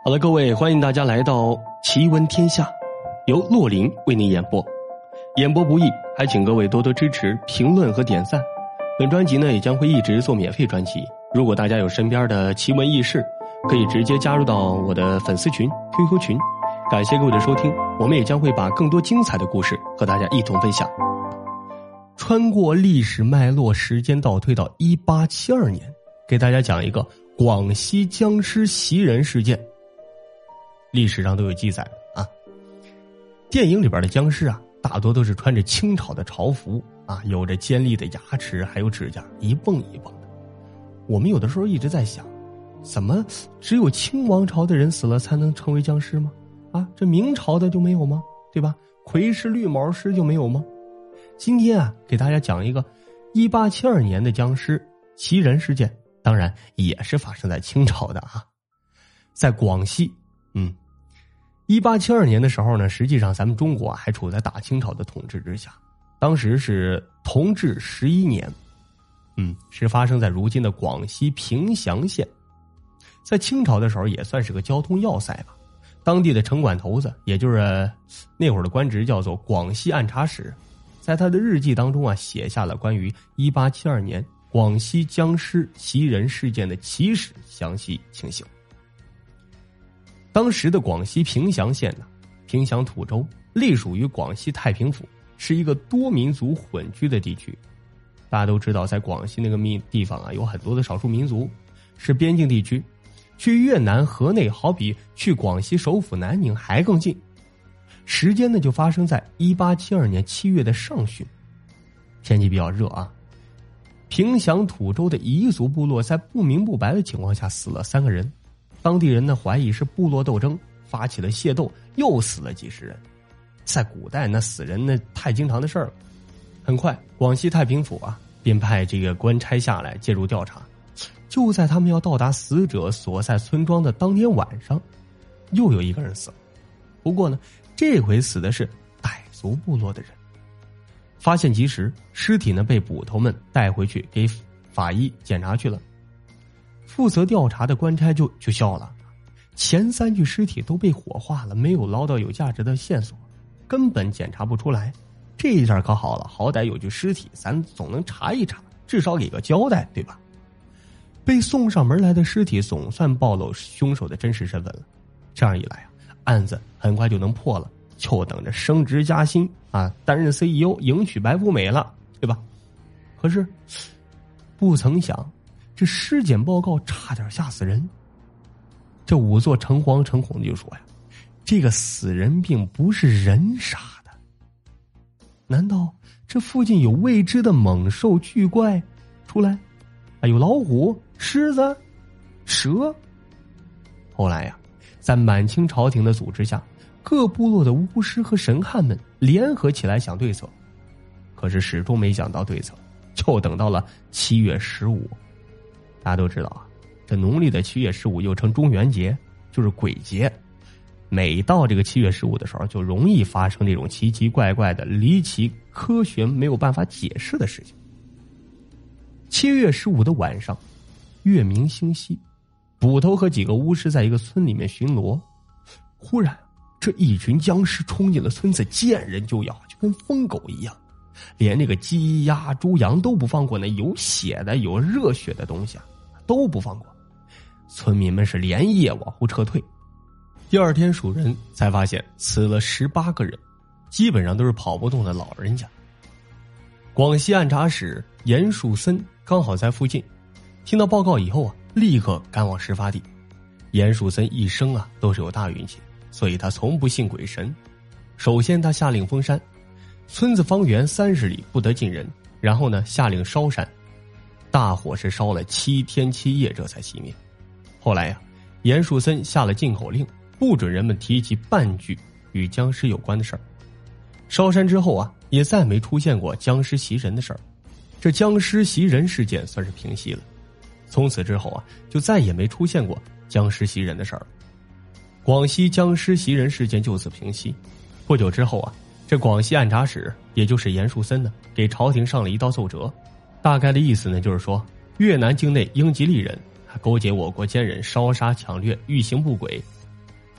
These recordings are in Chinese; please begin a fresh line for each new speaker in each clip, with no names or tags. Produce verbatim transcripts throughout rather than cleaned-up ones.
好了，各位，欢迎大家来到奇闻天下，由洛林为您演播。演播不易，还请各位多多支持、评论和点赞。本专辑呢也将会一直做免费专辑，如果大家有身边的奇闻异事，可以直接加入到我的粉丝群 Q Q 群。感谢各位的收听，我们也将会把更多精彩的故事和大家一同分享。穿过历史脉络，时间倒退到一八七二年，给大家讲一个广西僵尸袭人事件。历史上都有记载啊。电影里边的僵尸啊，大多都是穿着清朝的朝服啊，有着尖利的牙齿，还有指甲，一蹦一蹦的。我们有的时候一直在想，怎么只有清王朝的人死了才能成为僵尸吗？啊，这明朝的就没有吗？对吧？魁狮、绿毛狮就没有吗？今天啊，给大家讲一个一八七二年的僵尸袭人事件，当然也是发生在清朝的啊，在广西。嗯，一八七二年的时候呢，实际上咱们中国啊还处在大清朝的统治之下，当时是同治十一年，嗯，是发生在如今的广西凭祥县。在清朝的时候也算是个交通要塞吧，当地的城管头子，也就是那会儿的官职叫做广西按察使，在他的日记当中啊写下了关于一八七二年广西僵尸袭人事件的起始详细情形。当时的广西凭祥县呢，凭祥土州隶属于广西太平府，是一个多民族混居的地区。大家都知道，在广西那个地方啊，有很多的少数民族，是边境地区，去越南河内好比去广西首府南宁还更近。时间呢就发生在一八七二年七月的上旬，天气比较热啊。凭祥土州的彝族部落在不明不白的情况下死了三个人，当地人呢怀疑是部落斗争发起了械斗，又死了几十人。在古代那死人那太经常的事儿了。很快广西太平府啊便派这个官差下来介入调查。就在他们要到达死者所在村庄的当天晚上，又有一个人死了。不过呢，这回死的是傣族部落的人。发现及时，尸体呢被捕头们带回去给法医检查去了。负责调查的官差就就笑了，前三具尸体都被火化了，没有捞到有价值的线索，根本检查不出来。这一下可好了，好歹有具尸体，咱总能查一查，至少给个交代，对吧？被送上门来的尸体总算暴露凶手的真实身份了。这样一来啊，案子很快就能破了，就等着升职加薪啊，担任 C E O， 迎娶白富美了，对吧？可是不曾想，这尸检报告差点吓死人。这仵作诚惶诚恐的就说呀，这个死人并不是人杀的。难道这附近有未知的猛兽巨怪出来？啊，有老虎、狮子、蛇。后来呀，在满清朝廷的组织下，各部落的巫师和神汉们联合起来想对策，可是始终没想到对策，就等到了七月十五。大家都知道啊，这农历的七月十五又称中元节，就是鬼节。每到这个七月十五的时候，就容易发生这种奇奇怪怪的、离奇、科学没有办法解释的事情。七月十五的晚上，月明星稀，捕头和几个巫师在一个村里面巡逻。忽然，这一群僵尸冲进了村子，见人就咬，就跟疯狗一样，连那个鸡鸭猪羊都不放过，那有血的有热血的东西啊都不放过。村民们是连夜往后撤退。第二天数人才发现死了十八个人，基本上都是跑不动的老人家。广西按察使严树森刚好在附近，听到报告以后啊，立刻赶往事发地。严树森一生啊都是有大运气，所以他从不信鬼神。首先他下令封山，村子方圆三十里不得进人，然后呢下令烧山，大火是烧了七天七夜这才熄灭。后来呀、啊，严树森下了禁口令，不准人们提起半句与僵尸有关的事儿。烧山之后啊，也再没出现过僵尸袭人的事儿，这僵尸袭人事件算是平息了。从此之后啊，就再也没出现过僵尸袭人的事儿。广西僵尸袭人事件就此平息。不久之后啊，这广西按察使也就是严树森呢，给朝廷上了一道奏折，大概的意思呢就是说，越南境内英吉利人勾结我国奸人，烧杀抢掠，欲行不轨，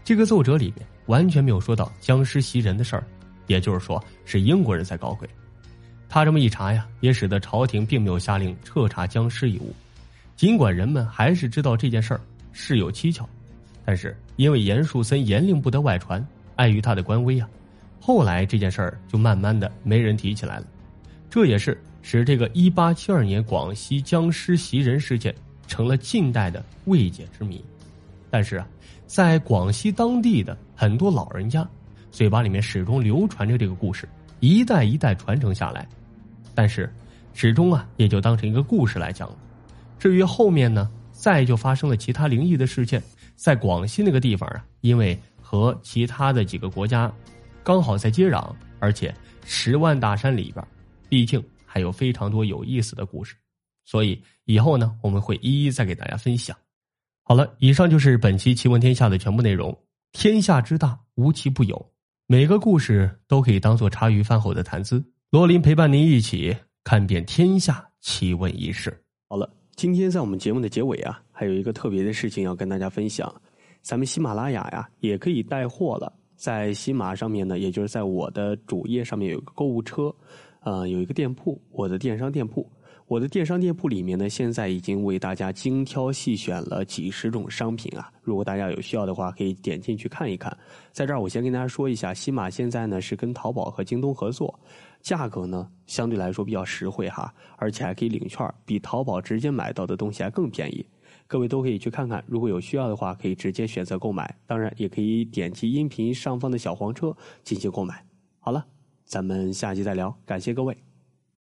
这个奏折里面完全没有说到僵尸袭人的事儿，也就是说是英国人在搞鬼。他这么一查呀，也使得朝廷并没有下令彻查僵尸一物。尽管人们还是知道这件事儿事有蹊跷，但是因为严树森严令不得外传，碍于他的官威啊，后来这件事儿就慢慢的没人提起来了。这也是使这个一八七二年广西僵尸袭人事件成了近代的未解之谜。但是啊，在广西当地的很多老人家嘴巴里面始终流传着这个故事，一代一代传承下来，但是始终啊也就当成一个故事来讲了。至于后面呢，再就发生了其他灵异的事件。在广西那个地方啊，因为和其他的几个国家刚好在接壤，而且十万大山里边毕竟还有非常多有意思的故事，所以以后呢我们会一一再给大家分享。好了，以上就是本期奇闻天下的全部内容。天下之大，无奇不有，每个故事都可以当做茶余饭后的谈资。罗琳陪伴您一起看遍天下奇闻异事。好了，今天在我们节目的结尾啊，还有一个特别的事情要跟大家分享。咱们喜马拉雅呀也可以带货了，在喜马上面呢，也就是在我的主页上面有一个购物车，呃，有一个店铺，我的电商店铺。我的电商店铺里面呢，现在已经为大家精挑细选了几十种商品啊。如果大家有需要的话，可以点进去看一看。在这儿我先跟大家说一下，喜马现在呢是跟淘宝和京东合作，价格呢相对来说比较实惠哈，而且还可以领券，比淘宝直接买到的东西还更便宜。各位都可以去看看，如果有需要的话，可以直接选择购买，当然也可以点击音频上方的小黄车进行购买。好了，咱们下期再聊，感谢各位。